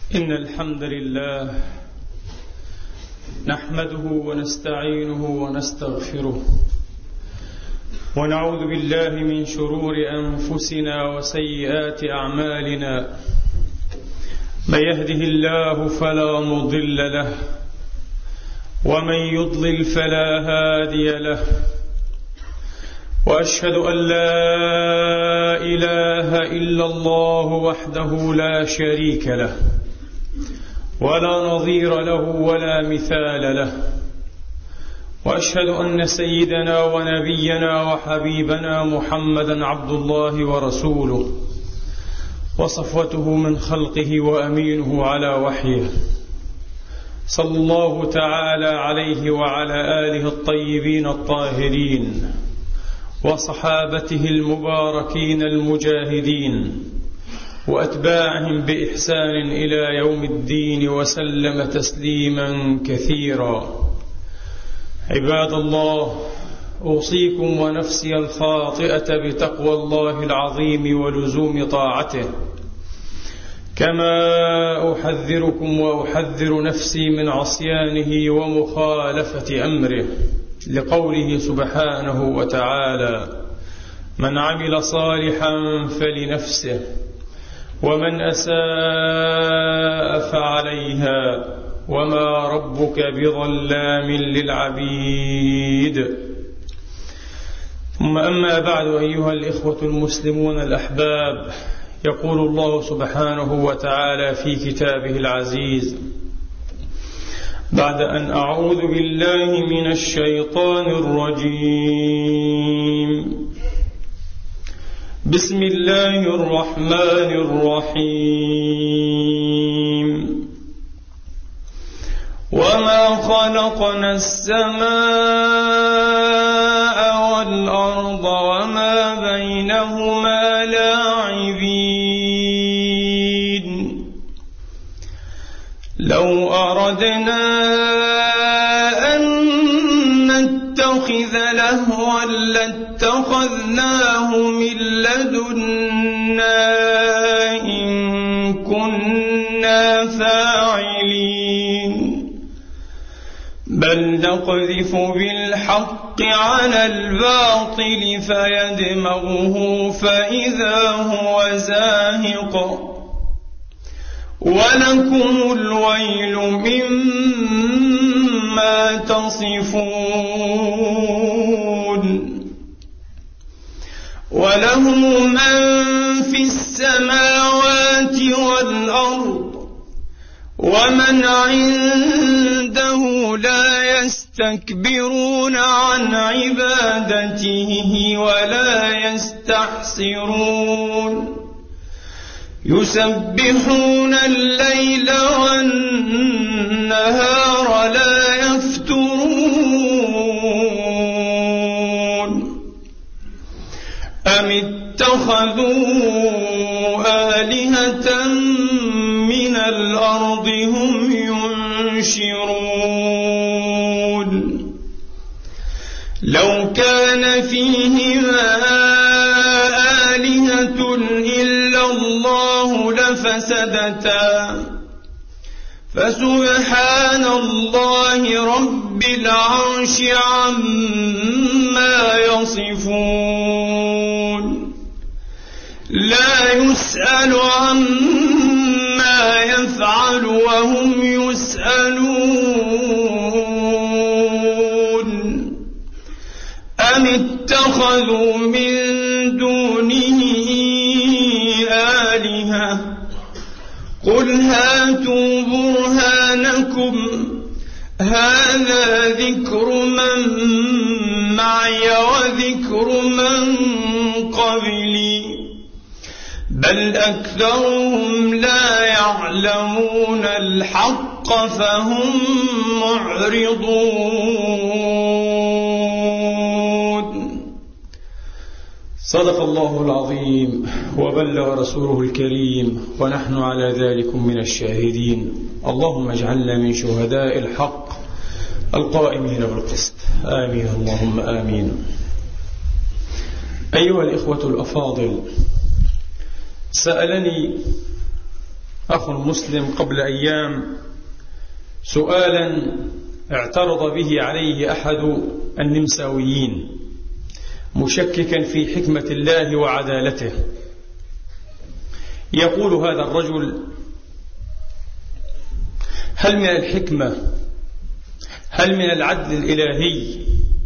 إن الحمد لله نحمده ونستعينه ونستغفره ونعوذ بالله من شرور أنفسنا وسيئات أعمالنا. من يهده الله فلا مضل له ومن يضلل فلا هادي له، وأشهد أن لا إله إلا الله وحده لا شريك له ولا نظير له ولا مثال له، وأشهد أن سيدنا ونبينا وحبيبنا محمدا عبد الله ورسوله وصفوته من خلقه وأمينه على وحيه، صلى الله تعالى عليه وعلى آله الطيبين الطاهرين وصحابته المباركين المجاهدين وأتباعهم بإحسان إلى يوم الدين وسلم تسليما كثيرا. عباد الله، أوصيكم ونفسي الخاطئة بتقوى الله العظيم ولزوم طاعته، كما أحذركم وأحذر نفسي من عصيانه ومخالفة أمره، لقوله سبحانه وتعالى: من عمل صالحا فلنفسه ومن أساء فعليها وما ربك بظلام للعبيد. ثم أما بعد، أيها الإخوة المسلمون الأحباب، يقول الله سبحانه وتعالى في كتابه العزيز بعد أن أعوذ بالله من الشيطان الرجيم: بسم الله الرحمن الرحيم. وما خلقنا السماء والأرض وما بينهما لاعبين. لو أردنا أن نتخذ لهوا لاتخذناه من لدنا إن كنا فاعلين. بل نقذف بالحق على الباطل فيدمغه فإذا هو زاهق، ولكم الويل مما تصفون. وله من في السماوات والأرض ومن عنده لا يستكبرون عن عبادته ولا يستحسرون. يسبحون الليل والنهار لا يفترون. أم اتخذوا آلهة من الأرض هم ينشرون. لو كان فيهما آلهة إلا الله لفسدتا، فسبحان الله رب العرش عما يصفون. لا يسأل عما يفعل وهم يسألون. أم اتخذوا من دونه آلهة؟ قل هاتوا برهانكم هذا ذكر من معي وذكر من قبلي، بل أكثرهم لا يعلمون الحق فهم معرضون. صدق الله العظيم وبلغ رسوله الكريم، ونحن على ذلك من الشاهدين. اللهم اجعلنا من شهداء الحق القائمين بالقسط، آمين اللهم آمين. أيها الإخوة الأفاضل، سألني أخ مسلم قبل أيام سؤالا اعترض به عليه أحد النمساويين مشككا في حكمة الله وعدالته. يقول هذا الرجل: هل من الحكمة، هل من العدل الإلهي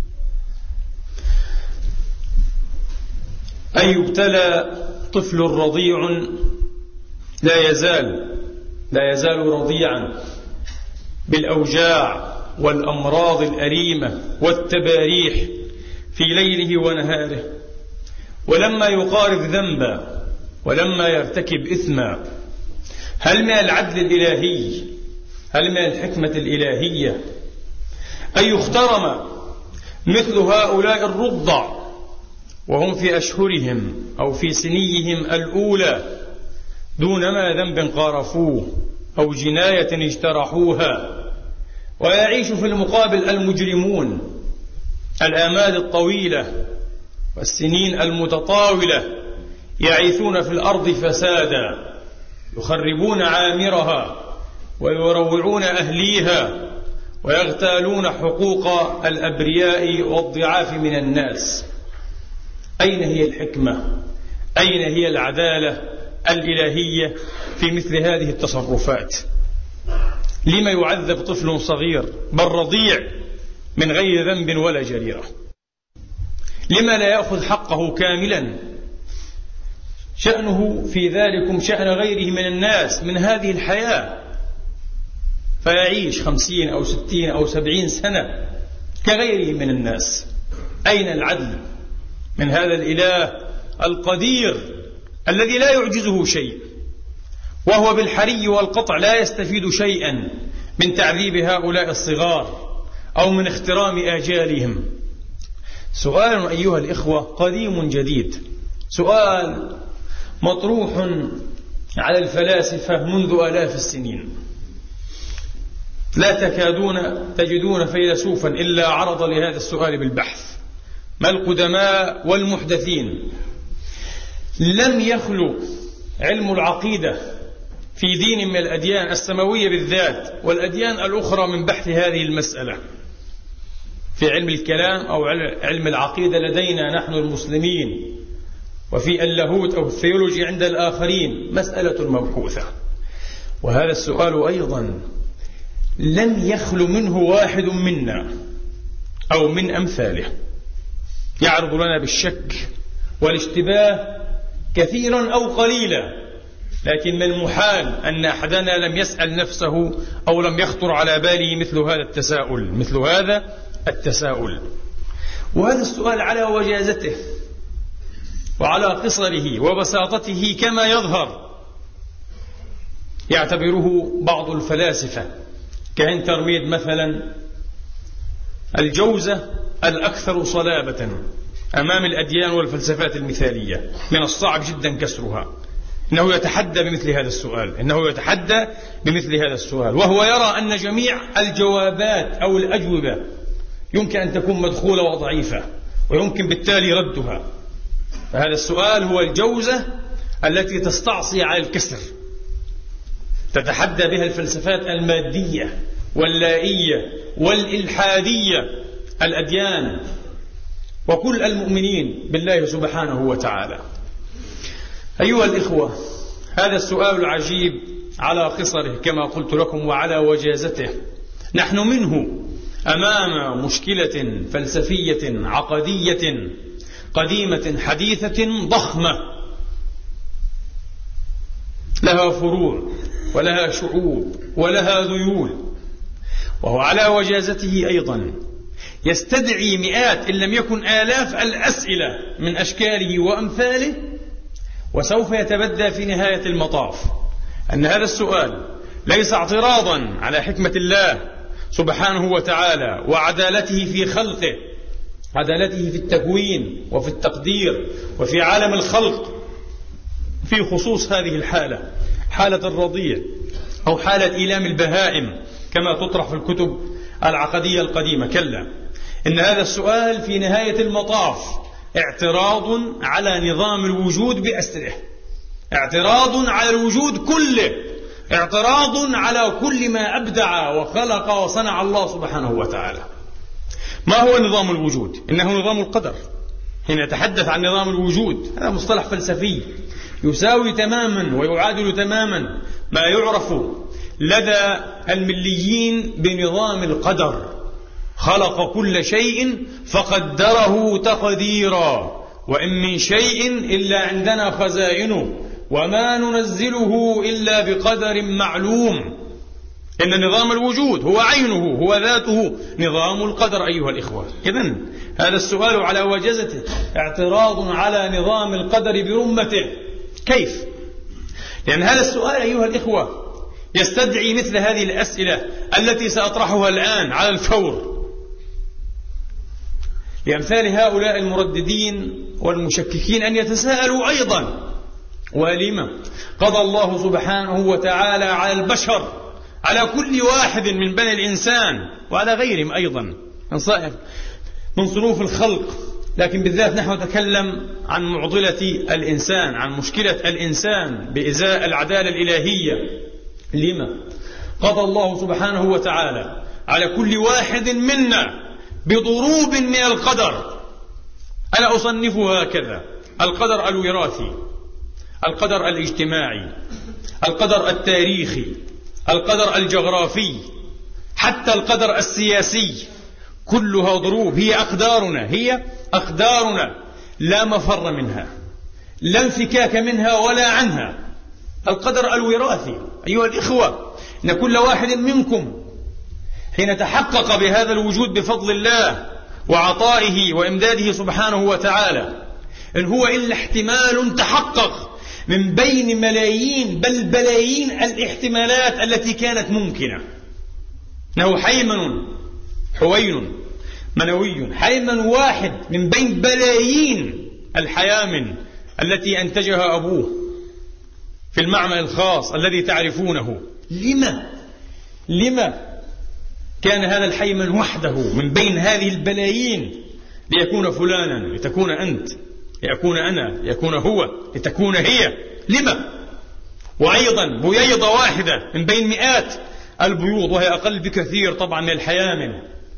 أن يبتلى طفل رضيع لا يزال رضيعا بالأوجاع والأمراض الأليمة والتباريح في ليله ونهاره، ولما يقارف ذنبا ولما يرتكب إثما؟ هل من العدل الإلهي، هل من الحكمة الإلهية أن يخترم مثل هؤلاء الرضع وهم في أشهرهم أو في سنيهم الأولى دون ما ذنب قارفوه أو جناية اجترحوها، ويعيش في المقابل المجرمون الآمال الطويلة والسنين المتطاولة يعيثون في الأرض فسادا، يخربون عامرها ويروعون أهليها ويغتالون حقوق الأبرياء والضعاف من الناس؟ أين هي الحكمة؟ أين هي العدالة الإلهية في مثل هذه التصرفات؟ لما يعذب طفل صغير بل رضيع من غير ذنب ولا جريرة؟ لما لا يأخذ حقه كاملا؟ شأنه في ذلكم شأن غيره من الناس من هذه الحياة، فيعيش 50 أو 60 أو 70 سنة كغيره من الناس. أين العدل من هذا الإله القدير الذي لا يعجزه شيء، وهو بالحري والقطع لا يستفيد شيئا من تعذيب هؤلاء الصغار أو من اخترام آجالهم؟ سؤال أيها الإخوة قديم جديد، سؤال مطروح على الفلاسفة منذ آلاف السنين، لا تكادون تجدون فيلسوفا إلا عرض لهذا السؤال بالبحث. ما القدماء والمحدثين لم يخلو علم العقيدة في دين من الأديان السماوية بالذات والأديان الأخرى من بحث هذه المسألة. في علم الكلام أو علم العقيدة لدينا نحن المسلمين، وفي اللاهوت أو الثيولوجي عند الآخرين مسألة مبحوثة. وهذا السؤال أيضا لم يخلو منه واحد منا أو من أمثاله، يعرض لنا بالشك والاشتباه كثيرا أو قليلا، لكن من المحال أن أحدنا لم يسأل نفسه أو لم يخطر على باله مثل هذا التساؤل. وهذا السؤال على وجازته وعلى قصره وبساطته كما يظهر يعتبره بعض الفلاسفة كإنترميد مثلا الجوزة الأكثر صلابة أمام الأديان والفلسفات المثالية، من الصعب جدا كسرها. إنه يتحدى بمثل هذا السؤال، وهو يرى أن جميع الجوابات أو الأجوبة يمكن أن تكون مدخولة وضعيفة ويمكن بالتالي ردها. فهذا السؤال هو الجوزة التي تستعصي على الكسر، تتحدى بها الفلسفات المادية واللائية والإلحادية الأديان وكل المؤمنين بالله سبحانه وتعالى. أيها الإخوة، هذا السؤال العجيب على قصره كما قلت لكم وعلى وجازته، نحن منه أمام مشكلة فلسفية عقدية قديمة حديثة ضخمة، لها فروع ولها شعوب ولها ذيول، وهو على وجازته أيضا يستدعي مئات إن لم يكن آلاف الأسئلة من أشكاله وأمثاله. وسوف يتبدى في نهاية المطاف أن هذا السؤال ليس اعتراضا على حكمة الله سبحانه وتعالى وعدالته في خلقه، عدالته في التكوين وفي التقدير وفي عالم الخلق، في خصوص هذه الحالة، حالة الرضيع أو حالة إيلام البهائم كما تطرح في الكتب العقدية القديمة. كلا، إن هذا السؤال في نهاية المطاف اعتراض على نظام الوجود بأسره، اعتراض على الوجود كله، اعتراض على كل ما أبدع وخلق وصنع الله سبحانه وتعالى. ما هو نظام الوجود؟ إنه نظام القدر. حين نتحدث عن نظام الوجود هذا مصطلح فلسفي يساوي تماما ويعادل تماما ما يعرف لدى المليين بنظام القدر. خلق كل شيء فقدره تقديرا، وإن من شيء إلا عندنا خزائنه وما ننزله إلا بقدر معلوم. إن نظام الوجود هو عينه، هو ذاته نظام القدر أيها الإخوة. إذن هذا السؤال على وجزته اعتراض على نظام القدر برمته. كيف؟ لأن هذا السؤال أيها الإخوة يستدعي مثل هذه الأسئلة التي سأطرحها الآن على الفور لأمثال هؤلاء المرددين والمشككين أن يتساءلوا أيضا: ولما قضى الله سبحانه وتعالى على البشر، على كل واحد من بني الإنسان وعلى غيرهم أيضا من صنوف الخلق، لكن بالذات نحن نتكلم عن معضلة الإنسان، عن مشكلة الإنسان بإزاء العدالة الإلهية. لما قضى الله سبحانه وتعالى على كل واحد منا بضروب من القدر؟ أنا أصنفها هكذا: القدر الوراثي، القدر الاجتماعي، القدر التاريخي، القدر الجغرافي، حتى القدر السياسي. كلها ضروب، هي أقدارنا لا مفر منها، لا انفكاك منها ولا عنها. القدر الوراثي أيها الإخوة، إن كل واحد منكم حين تحقق بهذا الوجود بفضل الله وعطائه وإمداده سبحانه وتعالى، إن هو إلا احتمال تحقق من بين ملايين بل بلايين الاحتمالات التي كانت ممكنة. إنه حيمن حوين منوي، حيمن واحد من بين بلايين الحيامن التي أنتجها أبوه في المعمل الخاص الذي تعرفونه. لما كان هذا الحيمن وحده من بين هذه البلايين؟ ليكون فلانا، لتكون أنت، ليكون أنا، ليكون هو، لتكون هي. لما؟ وأيضا بييضة واحدة من بين مئات البيوض، وهي أقل بكثير طبعا من الحيامن.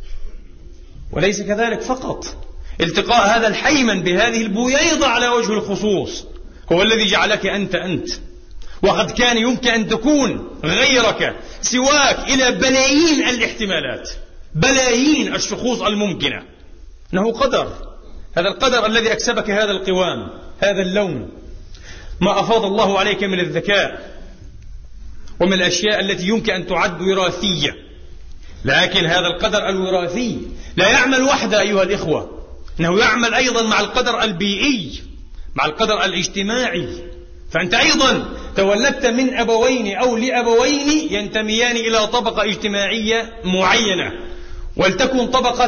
وليس كذلك فقط، التقاء هذا الحيمن بهذه البييضة على وجه الخصوص هو الذي جعلك أنت، وقد كان يمكن أن تكون غيرك سواك إلى بلايين الاحتمالات، بلايين الشخوص الممكنة. إنه قدر، هذا القدر الذي أكسبك هذا القوام، هذا اللون، ما أفاض الله عليك من الذكاء ومن الأشياء التي يمكن أن تعد وراثية. لكن هذا القدر الوراثي لا يعمل وحده أيها الإخوة، إنه يعمل أيضا مع القدر البيئي، مع القدر الاجتماعي. فأنت أيضا تولدت من أبوين أو لأبوين ينتميان إلى طبقة اجتماعية معينة، ولتكن طبقة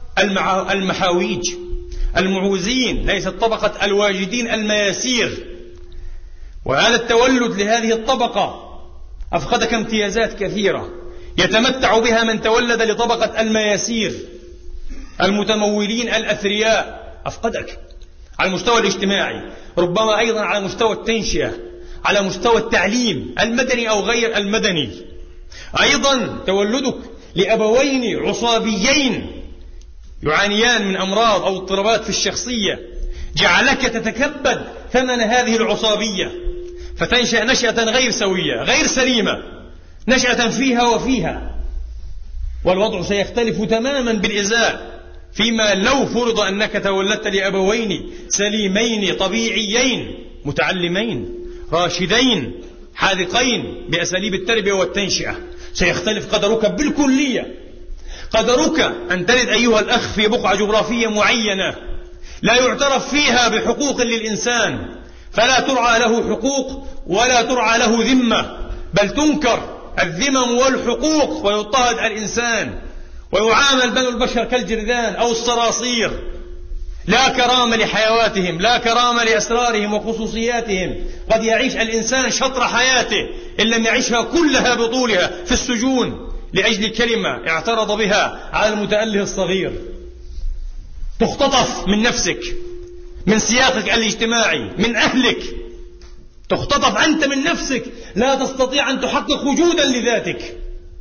المحاويج المعوزين، ليست طبقة الواجدين المياسير. وهذا التولد لهذه الطبقة أفقدك امتيازات كثيرة يتمتع بها من تولد لطبقة المياسير المتمولين الأثرياء. أفقدك على المستوى الاجتماعي، ربما أيضا على مستوى التنشئة، على مستوى التعليم المدني أو غير المدني. أيضا تولدك لأبوين عصابيين يعانيان من أمراض أو اضطرابات في الشخصية جعلك تتكبد ثمن هذه العصابية، فتنشأ نشأة غير سوية، غير سليمة، نشأة فيها وفيها. والوضع سيختلف تماما بالإزاء فيما لو فرض أنك تولدت لأبوين سليمين طبيعيين متعلمين راشدين حاذقين بأساليب التربية والتنشئة. سيختلف قدرك بالكلية. قدرك أن تلد أيها الأخ في بقعة جغرافية معينة لا يعترف فيها بحقوق للإنسان، فلا ترعى له حقوق ولا ترعى له ذمة، بل تنكر الذمم والحقوق ويضطهد الإنسان ويعامل بنو البشر كالجرذان أو الصراصير. لا كرامة لحيواتهم، لا كرامة لأسرارهم وخصوصياتهم. قد يعيش الإنسان شطر حياته إن لم يعيشها كلها بطولها في السجون لأجل كلمة اعترض بها على المتأله الصغير. تختطف من نفسك، من سياقك الاجتماعي، من أهلك، تختطف أنت من نفسك، لا تستطيع أن تحقق وجودا لذاتك،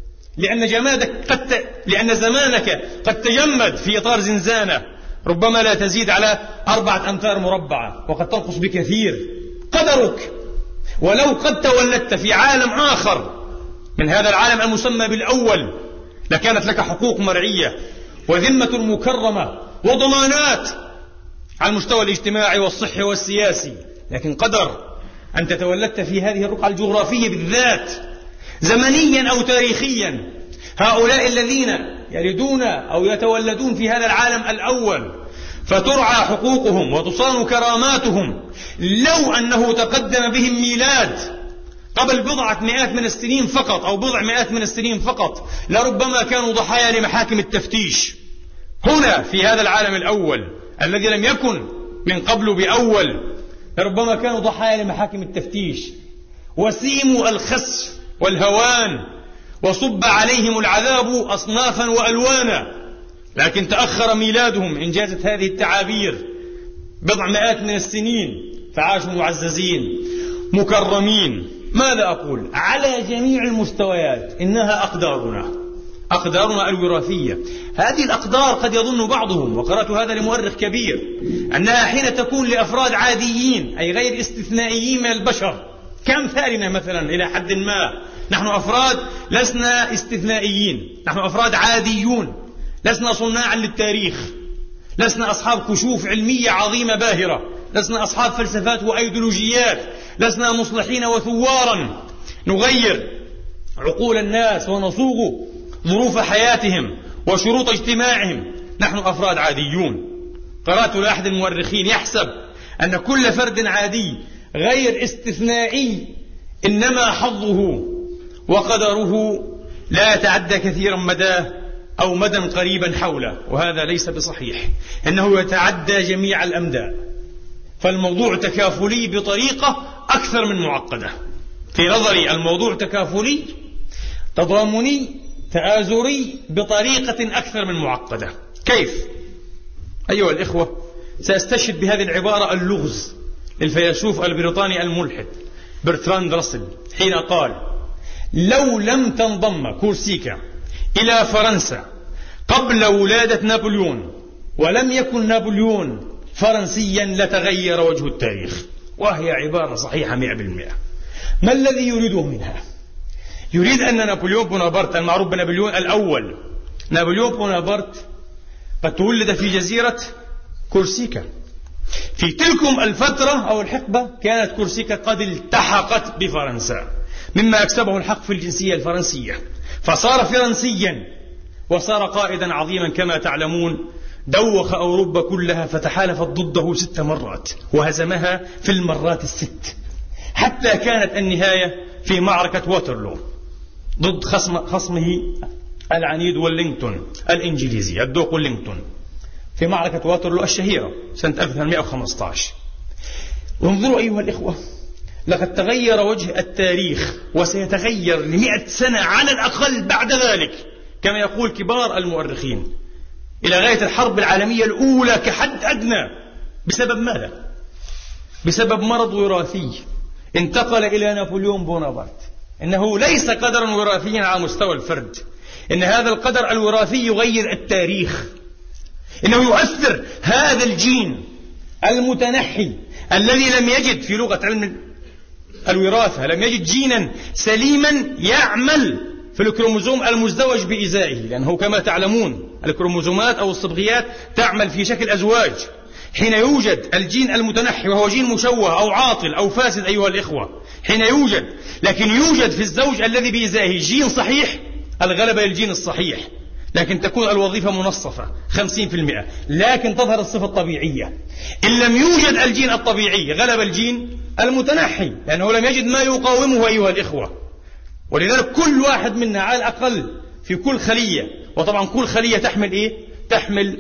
لأن زمانك قد تجمد في إطار زنزانة ربما لا تزيد على 4 أمتار مربعة وقد تنقص بكثير. قدرك. ولو قد تولدت في عالم آخر من هذا العالم المسمى بالأول لكانت لك حقوق مرعية وذمة مكرمة وضمانات على المستوى الاجتماعي والصحي والسياسي، لكن قدر أن تتولدت في هذه الرقعة الجغرافية بالذات زمنيا أو تاريخيا. هؤلاء الذين يلدون أو يتولدون في هذا العالم الأول فترعى حقوقهم وتصان كراماتهم، لو أنه تقدم بهم ميلاد قبل بضعة مئات من السنين فقط أو بضع مئات من السنين فقط لربما كانوا ضحايا لمحاكم التفتيش. هنا في هذا العالم الأول الذي لم يكن من قبل بأول لربما كانوا ضحايا لمحاكم التفتيش وسيموا الخسف والهوان وصب عليهم العذاب أصنافا وألوانا، لكن تأخر ميلادهم إن جازت هذه التعابير بضع مئات من السنين فعاشوا معززين مكرمين. ماذا أقول؟ على جميع المستويات إنها أقدارنا الوراثية. هذه الأقدار قد يظن بعضهم، وقرأت هذا لمؤرخ كبير، أنها حين تكون لأفراد عاديين أي غير استثنائيين من البشر كأمثالنا مثلا إلى حد ما، نحن أفراد لسنا استثنائيين، نحن أفراد عاديون، لسنا صناعا للتاريخ، لسنا أصحاب كشوف علمية عظيمة باهرة، لسنا أصحاب فلسفات وأيديولوجيات، لسنا مصلحين وثوارا نغير عقول الناس ونصوغ ظروف حياتهم وشروط اجتماعهم، نحن أفراد عاديون. قرأت لأحد المؤرخين يحسب أن كل فرد عادي غير استثنائي إنما حظه وقدره لا يتعدى كثيرا مداه أو مدى قريبا حوله، وهذا ليس بصحيح، إنه يتعدى جميع الأمداء. فالموضوع تكافلي بطريقة أكثر من معقدة. في نظري الموضوع تكافلي تضامني تآزري بطريقة أكثر من معقدة. كيف؟ أيها الإخوة، سأستشهد بهذه العبارة اللغز للفيلسوف البريطاني الملحد برتراند راسل حين قال: لو لم تنضم كورسيكا إلى فرنسا قبل ولادة نابليون ولم يكن نابليون فرنسيا لتغير وجه التاريخ. وهي عبارة صحيحة 100%. ما الذي يريده منها؟ يريد أن نابليون بونابرت المعروف بنابليون الأول، نابليون بونابرت قد تولد في جزيرة كورسيكا. في تلكم الفترة أو الحقبة كانت كورسيكا قد التحقت بفرنسا، مما أكسبه الحق في الجنسية الفرنسية، فصار فرنسيا وصار قائدا عظيما كما تعلمون. دوخ أوروبا كلها فتحالفت ضده 6 مرات وهزمها في المرات ال6، حتى كانت النهاية في معركة واترلو ضد خصمه العنيد ولينغتون الإنجليزي الدوق ولينغتون في معركة واترلو الشهيرة سنة 1815. انظروا أيها الإخوة، لقد تغير وجه التاريخ وسيتغير ل100 سنة على الأقل بعد ذلك كما يقول كبار المؤرخين، إلى غاية الحرب العالمية الأولى كحد أدنى. بسبب ماذا؟ بسبب مرض وراثي انتقل إلى نابليون بونابرت. إنه ليس قدرا وراثيا على مستوى الفرد، إن هذا القدر الوراثي يغير التاريخ، إنه يؤثر هذا الجين المتنحي الذي لم يجد في لغة علم الوراثة لم يجد جينا سليما يعمل في الكروموزوم المزدوج بإزائه، لأنه كما تعلمون الكروموزومات أو الصبغيات تعمل في شكل أزواج. حين يوجد الجين المتنحي وهو جين مشوه أو عاطل أو فاسد أيها الإخوة، حين يوجد، لكن يوجد في الزوج الذي بإزائه جين صحيح، الغلبة للجين الصحيح، لكن تكون الوظيفة منصفة 50%، لكن تظهر الصفة الطبيعية. إن لم يوجد الجين الطبيعي غلب الجين المتنحي، لأنه لم يجد ما يقاومه أيها الإخوة. ولذلك كل واحد منا على الأقل في كل خلية، وطبعا كل خلية تحمل إيه؟ تحمل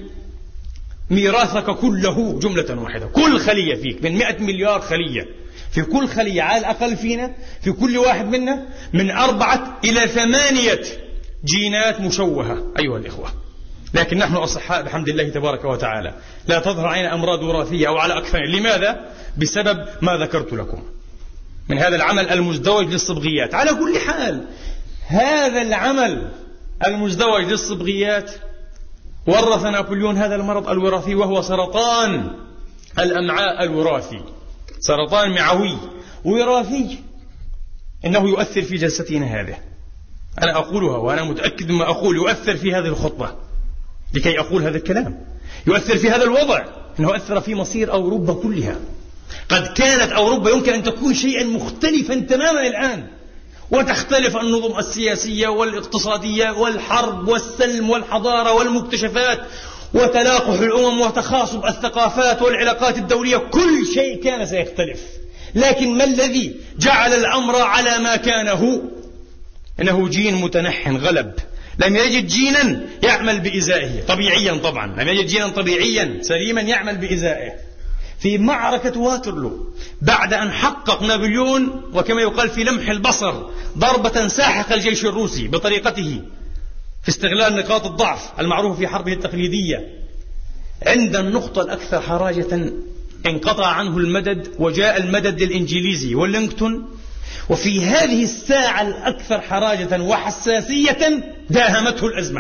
ميراثك كله جملة واحدة. كل خلية فيك من 100 مليار خلية، في كل خلية على الأقل فينا في كل واحد منا من 4 إلى 8 جينات مشوهة أيها الإخوة. لكن نحن أصحاء بحمد الله تبارك وتعالى، لا تظهر علينا أمراض وراثية أو على أكثر. لماذا؟ بسبب ما ذكرت لكم. من هذا العمل المزدوج للصبغيات. على كل حال هذا العمل المزدوج للصبغيات ورث نابليون هذا المرض الوراثي، وهو سرطان الأمعاء الوراثي، سرطان معوي وراثي، إنه يؤثر في جلستنا هذه. أنا أقولها وأنا متأكد مما أقول، يؤثر في هذه الخطبة لكي أقول هذا الكلام، يؤثر في هذا الوضع، إنه أثر في مصير أوروبا كلها. قد كانت أوروبا يمكن أن تكون شيئا مختلفا تماما الآن، وتختلف النظم السياسية والاقتصادية والحرب والسلم والحضارة والمكتشفات وتلاقح الأمم وتخاصب الثقافات والعلاقات الدولية، كل شيء كان سيختلف. لكن ما الذي جعل الأمر على ما كان؟ إنه جين متنح غلب، لم يجد جينا يعمل بإزائه طبيعيا، طبعا لم يجد جينا طبيعيا سليما يعمل بإزائه. في معركة واترلو بعد أن حقق نابليون وكما يقال في لمح البصر ضربة ساحقة الجيش الروسي بطريقته في استغلال نقاط الضعف المعروفة في حربه التقليدية، عند النقطة الأكثر حراجة انقطع عنه المدد وجاء المدد للإنجليزي ولينغتون، وفي هذه الساعة الأكثر حراجة وحساسية داهمته الأزمة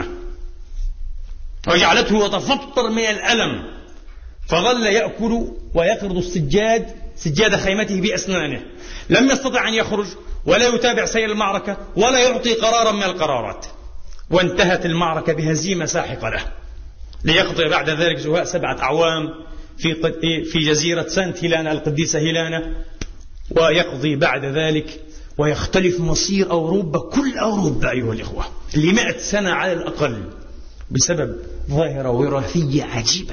وجعلته يتفطر من الألم، فظل يأكل ويقرض سجاد خيمته بأسنانه، لم يستطع أن يخرج ولا يتابع سير المعركة ولا يعطي قرارا من القرارات، وانتهت المعركة بهزيمة ساحقة له، ليقضي بعد ذلك زهاء 7 أعوام في جزيرة سانت هيلانا القديسة هيلانا، ويقضي بعد ذلك ويختلف مصير أوروبا، كل أوروبا أيها الإخوة، ل100 سنة على الأقل، بسبب ظاهرة وراثية عجيبة.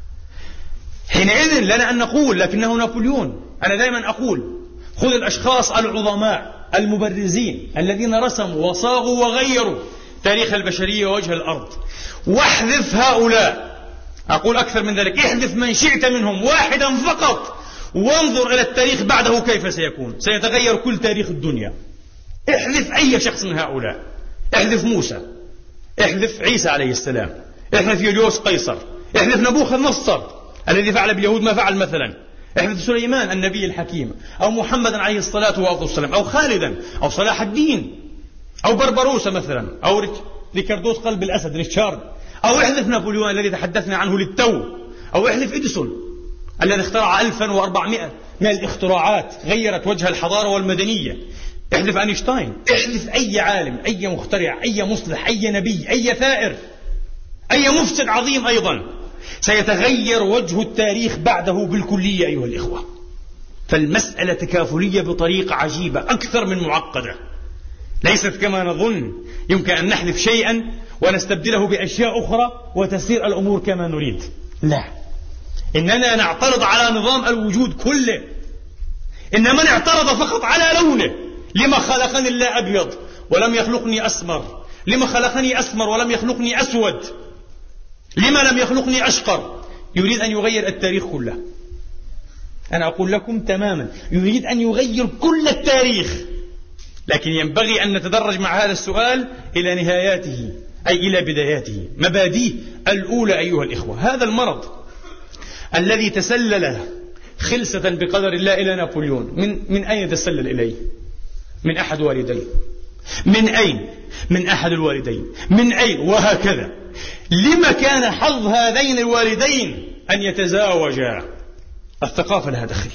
حينئذ لنا أن نقول لكنه نابليون. أنا دائما أقول خذ الأشخاص العظماء المبرزين الذين رسموا وصاغوا وغيروا تاريخ البشرية ووجه الأرض، واحذف هؤلاء، أقول أكثر من ذلك، احذف من شئت منهم واحدا فقط، وانظر إلى التاريخ بعده كيف سيكون، سيتغير كل تاريخ الدنيا. احذف أي شخص من هؤلاء، احذف موسى، احذف عيسى عليه السلام، احذف يوليوس قيصر، احذف نبوخذ نصر الذي فعل باليهود ما فعل مثلا، احذف سليمان النبي الحكيم، أو محمدا عليه الصلاة والسلام، أو خالدا، أو صلاح الدين، أو بربروسا مثلا، أو ريكاردوس قلب الأسد ريتشارد، أو احذف نابليون الذي تحدثنا عنه للتو، أو احذف إديسون الذي اخترع 1400 من الاختراعات غيرت وجه الحضارة والمدنية، احذف أينشتاين، احذف أي عالم، أي مخترع، أي مصلح، أي نبي، أي ثائر، أي مفسد عظيم أيضا، سيتغير وجه التاريخ بعده بالكلية أيها الإخوة. فالمسألة تكافلية بطريقة عجيبة أكثر من معقدة، ليست كما نظن يمكن أن نحذف شيئا ونستبدله بأشياء أخرى وتسير الأمور كما نريد، لا، إننا نعترض على نظام الوجود كله، إن من اعترض فقط على لونه، لما خلقني الله أبيض ولم يخلقني أسمر، لما خلقني أسمر ولم يخلقني أسود، لما لم يخلقني أشقر، يريد أن يغير التاريخ كله. أنا أقول لكم تماما يريد أن يغير كل التاريخ، لكن ينبغي أن نتدرج مع هذا السؤال إلى نهاياته، أي إلى بداياته، مبادئه الأولى أيها الإخوة. هذا المرض الذي تسلل خلسة بقدر الله إلى نابليون، من أين تسلل إليه؟ من أحد والديه. من أين؟ من أحد الوالدين. من أين؟ وهكذا. لما كان حظ هذين الوالدين أن يتزاوجا؟ الثقافة لها دخل،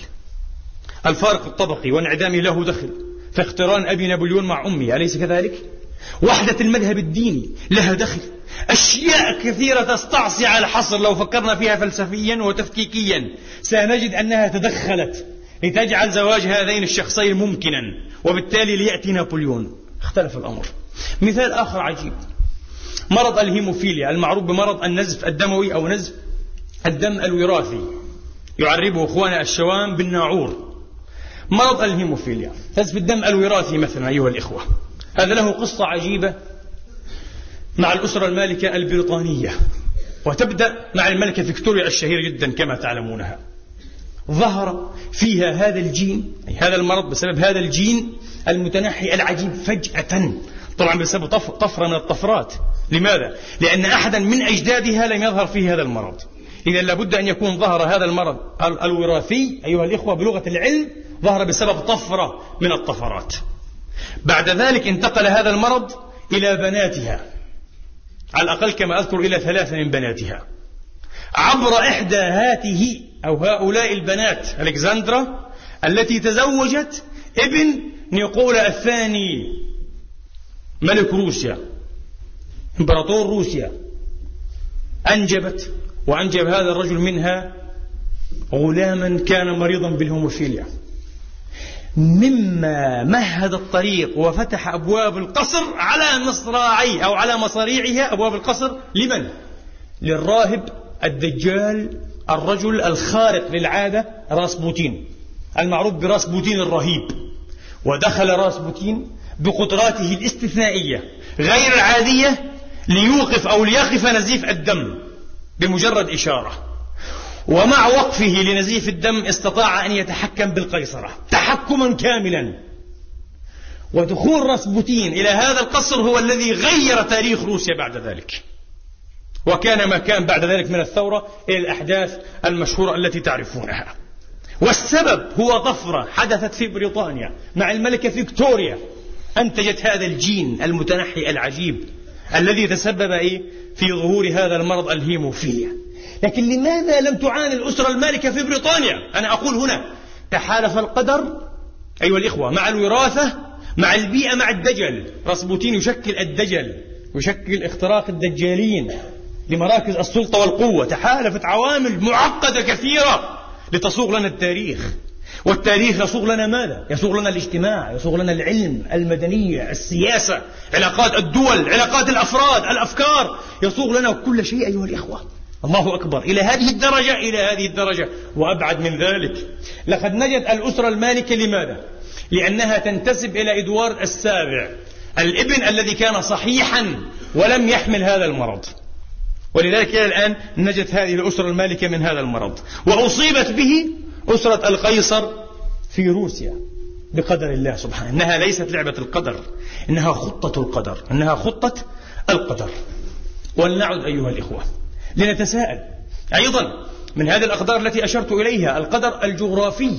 الفارق الطبقي وانعدامه له دخل، فاقتران أبي نابليون مع أمي، أليس كذلك؟ وحدة المذهب الديني لها دخل، أشياء كثيرة تستعصي على الحصر، لو فكرنا فيها فلسفيا وتفكيكيا سنجد أنها تدخلت لتجعل زواج هذين الشخصين ممكنا، وبالتالي ليأتي نابليون. اختلف الأمر. مثال آخر عجيب، مرض الهيموفيليا المعروف بمرض النزف الدموي أو نزف الدم الوراثي، يعربه أخوانا الشوام بالناعور. مرض الهيموفيليا، نزف الدم الوراثي مثلا أيها الإخوة، هذا له قصة عجيبة مع الأسرة المالكة البريطانية، وتبدأ مع الملكة فيكتوريا الشهيرة جدا كما تعلمونها. ظهر فيها هذا الجين، أي هذا المرض بسبب هذا الجين المتنحي العجيب فجأة، طبعا بسبب طفرة من الطفرات. لماذا؟ لأن أحدا من أجدادها لم يظهر فيه هذا المرض، إذا لابد أن يكون ظهر هذا المرض الوراثي أيها الإخوة بلغة العلم ظهر بسبب طفرة من الطفرات. بعد ذلك انتقل هذا المرض إلى بناتها، على الأقل كما أذكر إلى 3 من بناتها. عبر إحدى هاته أو هؤلاء البنات ألكسندرا التي تزوجت ابن نيقولا الثاني ملك روسيا إمبراطور روسيا، أنجبت وأنجب هذا الرجل منها غلاما كان مريضا بالهوموفيليا، مما مهد الطريق وفتح أبواب القصر على مصراعي أو على مصاريعها أبواب القصر لمن؟ للراهب الدجال الرجل الخارق للعادة راسبوتين المعروف براسبوتين الرهيب. ودخل راسبوتين بقدراته الاستثنائية غير العادية ليوقف أو ليقف نزيف الدم بمجرد إشارة، ومع وقفه لنزيف الدم استطاع أن يتحكم بالقيصرة تحكما كاملا. ودخول راسبوتين إلى هذا القصر هو الذي غير تاريخ روسيا بعد ذلك، وكان ما كان بعد ذلك من الثورة إلى الأحداث المشهورة التي تعرفونها. والسبب هو طفرة حدثت في بريطانيا مع الملكة فيكتوريا، أنتجت هذا الجين المتنحي العجيب الذي تسبب في ظهور هذا المرض الهيموفيليا. لكن لماذا لم تعاني الأسرة المالكة في بريطانيا؟ أنا أقول هنا تحالف القدر أيها الإخوة مع الوراثة مع البيئة مع الدجل. راسبوتين يشكل الدجل، يشكل اختراق الدجالين لمراكز السلطة والقوة. تحالفت عوامل معقدة كثيرة لتصوغ لنا التاريخ، والتاريخ يصوغ لنا ماذا؟ يصوغ لنا الاجتماع، يصوغ لنا العلم، المدنية، السياسة، علاقات الدول، علاقات الأفراد، الأفكار، يصوغ لنا كل شيء أيها الإخوة. الله أكبر، إلى هذه الدرجة، إلى هذه الدرجة. وأبعد من ذلك، لقد نجت الأسرة المالكة لماذا؟ لأنها تنتسب إلى إدوارد السابع، الابن الذي كان صحيحا ولم يحمل هذا المرض، ولذلك إلى الآن نجت هذه الأسرة المالكة من هذا المرض. وأصيبت به أسرة القيصر في روسيا بقدر الله سبحانه. إنها ليست لعبة القدر، إنها خطة القدر، إنها خطة القدر. ولنعد أيها الإخوة لنتساءل أيضا من هذه الأقدار التي أشرت إليها، القدر الجغرافي.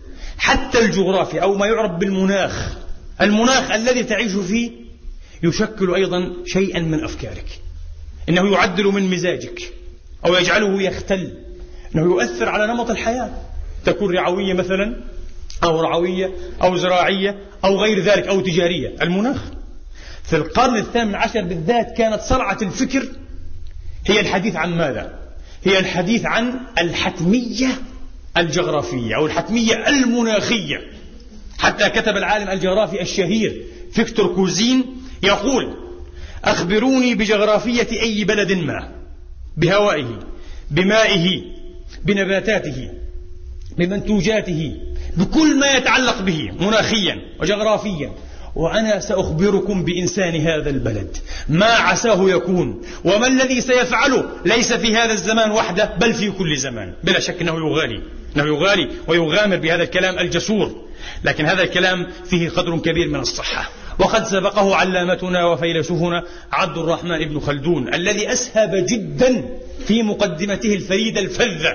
حتى الجغرافيا أو ما يعرف بالمناخ، المناخ الذي تعيش فيه يشكل أيضا شيئا من أفكارك. إنه يعدل من مزاجك أو يجعله يختل، إنه يؤثر على نمط الحياة. تكون رعوية مثلا أو رعوية أو زراعية أو غير ذلك أو تجارية. المناخ في القرن 18 بالذات كانت صرعة الفكر هي الحديث عن ماذا؟ هي الحديث عن الحتمية الجغرافية أو الحتمية المناخية. حتى كتب العالم الجغرافي الشهير فيكتور كوزين يقول: أخبروني بجغرافية أي بلد ما، بهوائه، بمائه، بنباتاته، بمنتوجاته، بكل ما يتعلق به مناخيا وجغرافيا، وأنا سأخبركم بإنسان هذا البلد ما عساه يكون وما الذي سيفعله، ليس في هذا الزمان وحده بل في كل زمان. بلا شك أنه يغالي ويغامر بهذا الكلام الجسور، لكن هذا الكلام فيه قدر كبير من الصحة. وقد سبقه علامتنا وفيلسوفنا عبد الرحمن بن خلدون الذي أسهب جدا في مقدمته الفريدة الفذة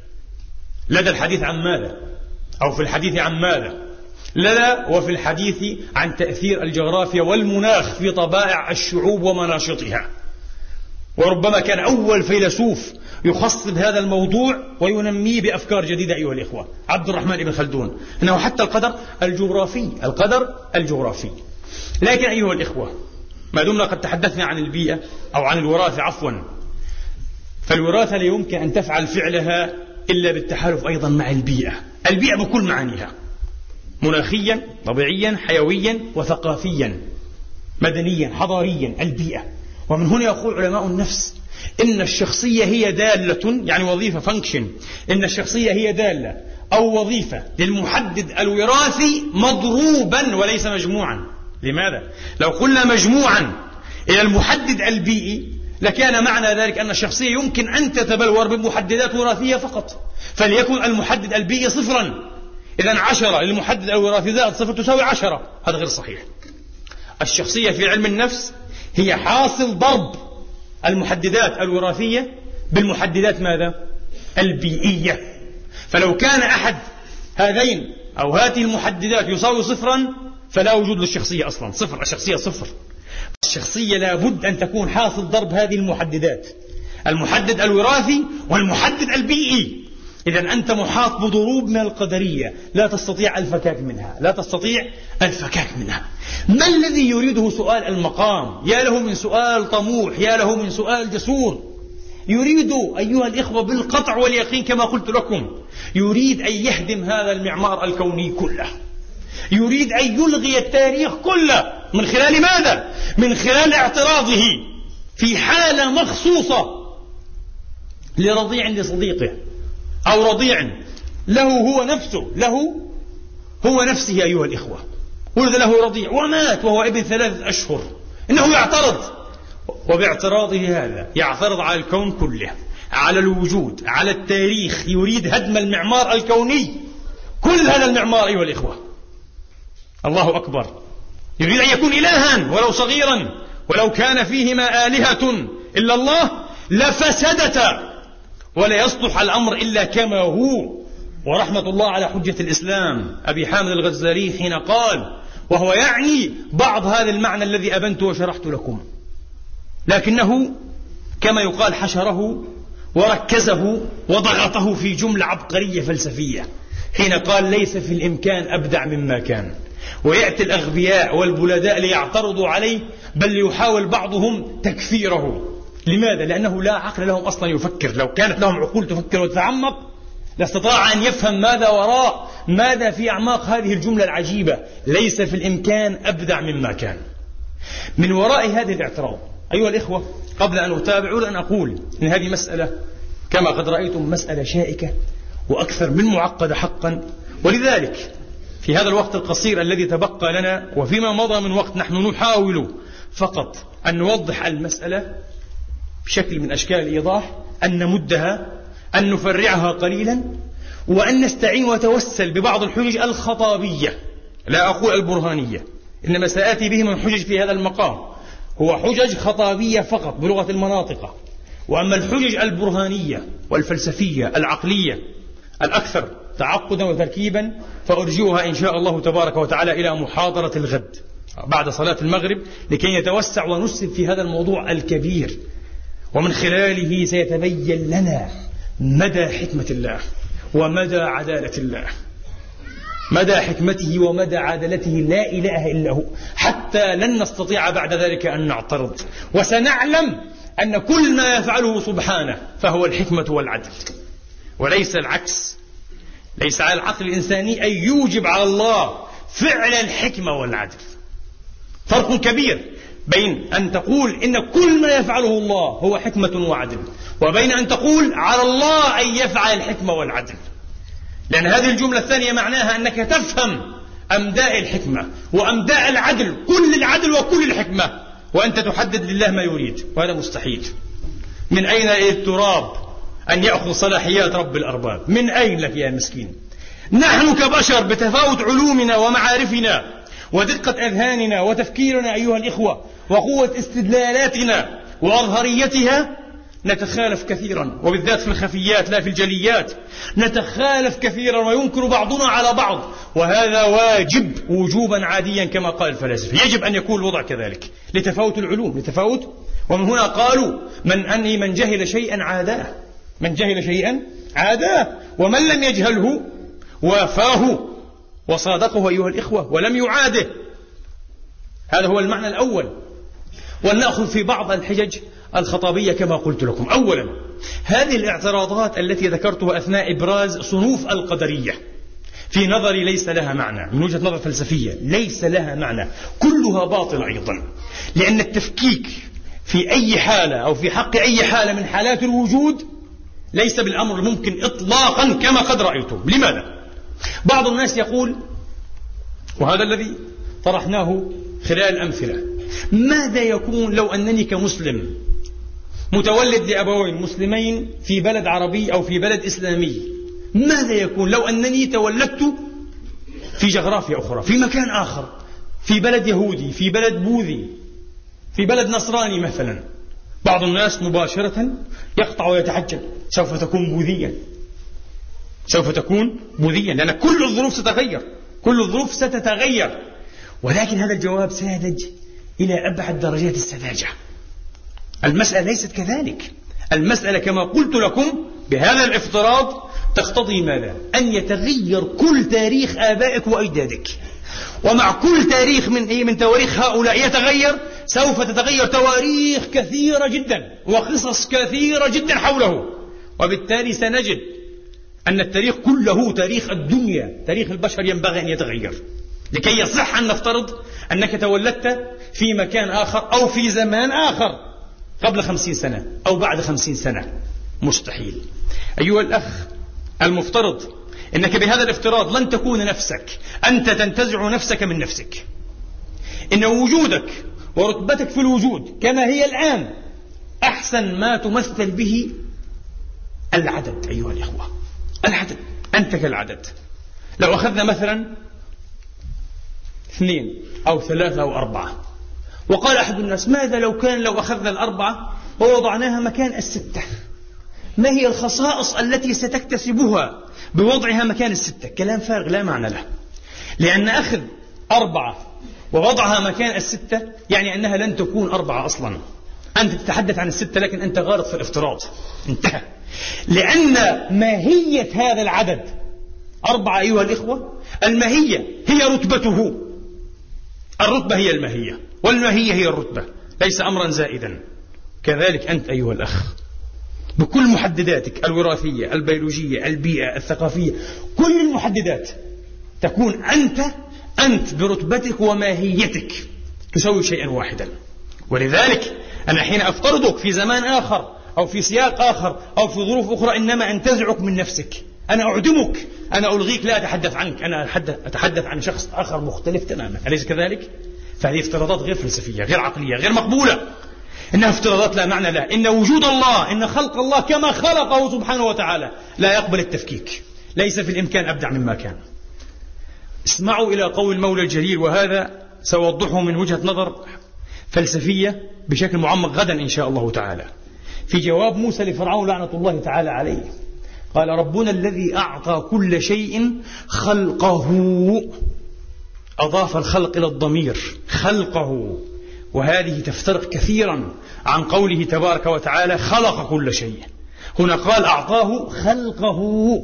لدى الحديث عن ماذا؟ أو في الحديث عن ماذا؟ لدى وفي الحديث عن تأثير الجغرافيا والمناخ في طبائع الشعوب ومناشطها. وربما كان أول فيلسوف يخصب هذا الموضوع وينميه بأفكار جديدة أيها الإخوة، عبد الرحمن بن خلدون، أنه حتى القدر الجغرافي. لكن أيها الإخوة، ما دمنا قد تحدثنا عن البيئة أو عن الوراثة عفوا، فالوراثة لا يمكن أن تفعل فعلها إلا بالتحالف أيضا مع البيئة بكل معانيها، مناخيا، طبيعيا، حيويا، وثقافيا، مدنيا، حضاريا، البيئة. ومن هنا يقول علماء النفس إن الشخصية هي دالة، يعني وظيفة فانكشن، إن الشخصية هي دالة أو وظيفة للمحدد الوراثي مضروبا وليس مجموعا. لماذا؟ لو قلنا مجموعا إلى المحدد البيئي لكان معنى ذلك أن الشخصية يمكن أن تتبلور بمحددات وراثية فقط، فليكن المحدد البيئي 0، إذن 10 للمحدد الوراثي زائد 0 تساوي 10، هذا غير صحيح. الشخصية في علم النفس هي حاصل ضرب المحددات الوراثية بالمحددات ماذا؟ البيئية. فلو كان أحد هذين أو هذه المحددات يساوي صفرا فلا وجود للشخصية أصلا، صفر، الشخصية صفر. الشخصية لابد أن تكون حاصل ضرب هذه المحددات، المحدد الوراثي والمحدد البيئي. إذن أنت محاط بضروب من القدرية لا تستطيع الفكاك منها، لا تستطيع الفكاك منها. ما الذي يريده سؤال المقام؟ يا له من سؤال طموح، يا له من سؤال جسور. يريد أيها الإخوة بالقطع واليقين كما قلت لكم، يريد أن يهدم هذا المعمار الكوني كله، يريد أن يلغي التاريخ كله. من خلال ماذا؟ من خلال اعتراضه في حالة مخصوصة لرضيع لصديقه أو رضيع له هو نفسه، له هو نفسه. أيها الإخوة، ولد له رضيع ومات وهو ابن 3 أشهر، إنه يعترض، وباعتراضه هذا يعترض على الكون كله، على الوجود، على التاريخ. يريد هدم المعمار الكوني، كل هذا المعمار أيها الإخوة. الله أكبر. يريد أن يكون إلها ولو صغيرا، ولو كان فيهما آلهة إلا الله لفسدتا، ولا يصلح الأمر إلا كما هو. ورحمة الله على حجة الإسلام أبي حامد الغزالي حين قال، وهو يعني بعض هذا المعنى الذي أبنت وشرحت لكم، لكنه كما يقال حشره وركزه وضغطه في جملة عبقرية فلسفية، حين قال ليس في الإمكان أبدع مما كان. ويأتي الأغبياء والبلداء ليعترضوا عليه، بل ليحاول بعضهم تكفيره. لماذا؟ لأنه لا عقل لهم أصلا يفكر. لو كانت لهم عقول تفكر وتتعمق لاستطاع أن يفهم ماذا وراء، ماذا في أعماق هذه الجملة العجيبة، ليس في الإمكان أبدع مما كان. من وراء هذه الاعتراض أيها الإخوة، قبل أن أتابع أن أقول إن هذه مسألة كما قد رأيتم مسألة شائكة وأكثر من معقدة حقا. ولذلك في هذا الوقت القصير الذي تبقى لنا وفيما مضى من وقت، نحن نحاول فقط أن نوضح المسألة بشكل من أشكال الإيضاح، أن نمدها، أن نفرعها قليلا، وأن نستعين وتوسل ببعض الحجج الخطابية، لا أقول البرهانية، إنما سآتي به من حجج في هذا المقام هو حجج خطابية فقط بلغة المناطق. وأما الحجج البرهانية والفلسفية العقلية الأكثر تعقدا وتركيبا فأرجوها إن شاء الله تبارك وتعالى إلى محاضرة الغد بعد صلاة المغرب، لكي يتوسع ونسب في هذا الموضوع الكبير، ومن خلاله سيتبين لنا مدى حكمة الله ومدى عدالة الله، مدى حكمته ومدى عدالته لا إله إلا هو، حتى لن نستطيع بعد ذلك أن نعترض، وسنعلم أن كل ما يفعله سبحانه فهو الحكمة والعدل وليس العكس. ليس على العقل الإنساني أن يوجب على الله فعل الحكمة والعدل. فرق كبير بين أن تقول إن كل ما يفعله الله هو حكمة وعدل، وبين أن تقول على الله أن يفعل الحكمة والعدل. لأن هذه الجملة الثانية معناها أنك تفهم أمداء الحكمة وأمداء العدل، كل العدل وكل الحكمة، وأنت تحدد لله ما يريد، وهذا مستحيل. من أين التراب أن يأخذ صلاحيات رب الأرباب؟ من أين لك يا مسكين؟ نحن كبشر بتفاوت علومنا ومعارفنا ودقة أذهاننا وتفكيرنا أيها الإخوة وقوة استدلالاتنا وأظهريتها نتخالف كثيرا، وبالذات في الخفيات لا في الجليات. نتخالف كثيرا وينكر بعضنا على بعض، وهذا واجب وجوبا عاديا كما قال الفلاسفة. يجب أن يكون الوضع كذلك لتفاوت العلوم، لتفاوت. ومن هنا قالوا من جهل شيئا عاداه، من جهل شيئا عاداه، ومن لم يجهله وافاه وصادقه أيها الإخوة ولم يعاده. هذا هو المعنى الأول. ولنأخذ في بعض الحجج الخطابية كما قلت لكم. أولا، هذه الاعتراضات التي ذكرتها أثناء إبراز صنوف القدرية في نظري ليس لها معنى، من وجهة نظر فلسفية ليس لها معنى، كلها باطل أيضا. لأن التفكيك في أي حالة أو في حق أي حالة من حالات الوجود ليس بالأمر الممكن إطلاقا كما قد رأيتم. لماذا؟ بعض الناس يقول، وهذا الذي طرحناه خلال الأمثلة، ماذا يكون لو أنني كمسلم متولد لأبوين مسلمين في بلد عربي أو في بلد إسلامي، ماذا يكون لو أنني تولدت في جغرافيا أخرى، في مكان آخر، في بلد يهودي، في بلد بوذي، في بلد نصراني مثلا؟ بعض الناس مباشرة يقطع ويتعجب، سوف تكون بوذيا، سوف تكون بوذيا، لأن كل الظروف ستتغير، كل الظروف ستتغير. ولكن هذا الجواب ساذج إلى أبعد درجات السذاجة. المسألة ليست كذلك. المسألة كما قلت لكم بهذا الافتراض تقتضي ماذا؟ أن يتغير كل تاريخ آبائك وأجدادك، ومع كل تاريخ من تواريخ هؤلاء يتغير، سوف تتغير تواريخ كثيرة جدا وقصص كثيرة جدا حوله. وبالتالي سنجد أن التاريخ كله، تاريخ الدنيا، تاريخ البشر، ينبغي أن يتغير لكي يصح أن نفترض أنك تولدت في مكان آخر أو في زمان آخر قبل 50 سنة أو بعد 50 سنة. مستحيل. أيها الأخ، المفترض أنك بهذا الافتراض لن تكون نفسك، أنت تنتزع نفسك من نفسك. إن وجودك ورتبتك في الوجود كما هي الآن أحسن ما تمثل به العدد. أيها الإخوة، العدد، أنت كالعدد. لو أخذنا مثلا 2 أو 3 أو 4، وقال أحد الناس ماذا لو أخذنا 4 ووضعناها مكان 6؟ ما هي الخصائص التي ستكتسبها بوضعها مكان 6؟ كلام فارغ لا معنى له، لأن أخذ 4 ووضعها مكان 6 يعني أنها لن تكون 4 أصلا. أنت تتحدث عن 6 لكن أنت غارق في الافتراض. انتهى. لأن ماهية هذا العدد 4 أيها الإخوة، الماهية هي رتبته. الرتبة هي الماهية، والماهية هي الرتبة، ليس أمرا زائدا. كذلك أنت أيها الأخ بكل محدداتك الوراثية، البيولوجية، البيئة، الثقافية، كل المحددات تكون أنت برتبتك وماهيتك تسوي شيئا واحدا. ولذلك أنا حين أفترضك في زمان آخر أو في سياق آخر أو في ظروف أخرى إنما أنتزعك من نفسك، أنا أعدمك، أنا ألغيك، لا أتحدث عنك، أنا أتحدث عن شخص آخر مختلف تماما. أليس كذلك؟ فهذه افتراضات غير فلسفية، غير عقلية، غير مقبولة. إنها افتراضات لا معنى لها. إن وجود الله، إن خلق الله كما خلقه سبحانه وتعالى لا يقبل التفكيك، ليس في الإمكان أبدع مما كان. اسمعوا إلى قول المولى الجليل، وهذا سأوضحه من وجهة نظر فلسفية بشكل معمق غدا إن شاء الله تعالى. في جواب موسى لفرعون لعنة الله تعالى عليه، قال ربنا الذي أعطى كل شيء خلقه، أضاف الخلق إلى الضمير، خلقه، وهذه تفترق كثيرا عن قوله تبارك وتعالى خلق كل شيء. هنا قال أعطاه خلقه.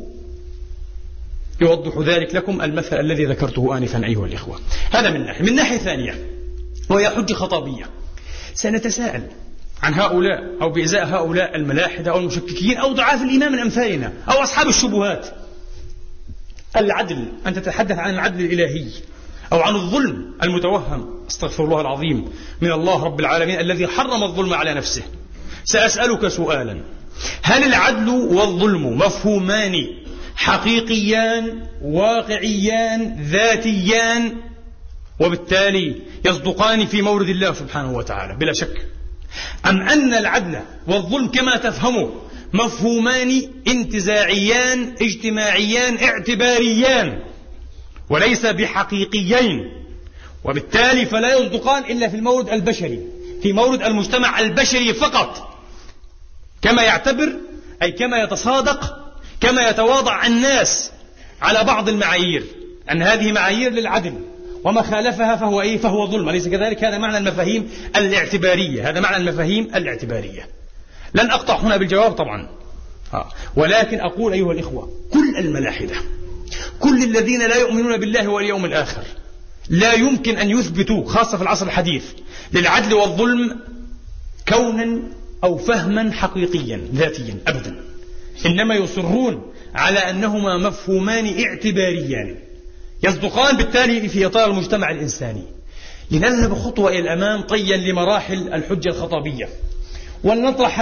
يوضح ذلك لكم المثل الذي ذكرته آنفا أيها الإخوة. هذا من ناحية. من ناحية ثانية، وهي حجة خطابية، سنتساءل عن هؤلاء أو بإزاء هؤلاء الملاحدة أو المشككين أو ضعاف الإيمان من أمثالنا أو أصحاب الشبهات. العدل، أن تتحدث عن العدل الإلهي أو عن الظلم المتوهم، استغفر الله العظيم، من الله رب العالمين الذي حرم الظلم على نفسه. سأسألك سؤالا: هل العدل والظلم مفهومان حقيقيان واقعيان ذاتيان وبالتالي يصدقان في مورد الله سبحانه وتعالى بلا شك، أم أن العدل والظلم كما تفهمه مفهومان انتزاعيان اجتماعيان اعتباريان وليس بحقيقيين، وبالتالي فلا يصدقان إلا في المورد البشري، في مورد المجتمع البشري فقط، كما يعتبر أي كما يتصادق، كما يتواضع الناس على بعض المعايير، أن هذه معايير للعدل وما خالفها فهو إيه؟ فهو ظلم. أليس كذلك؟ هذا معنى المفاهيم الاعتبارية، هذا معنى المفاهيم الاعتبارية. لن أقطع هنا بالجواب طبعا، ولكن أقول أيها الإخوة، كل الملاحدة، كل الذين لا يؤمنون بالله واليوم الآخر لا يمكن أن يثبتوا، خاصة في العصر الحديث، للعدل والظلم كونا أو فهما حقيقيا ذاتيا أبدا، إنما يصرون على أنهما مفهومان اعتباريان يصدقان بالتالي في إطار المجتمع الإنساني. لنذهب خطوة إلى الأمام طيا لمراحل الحجة الخطابية ولنطرح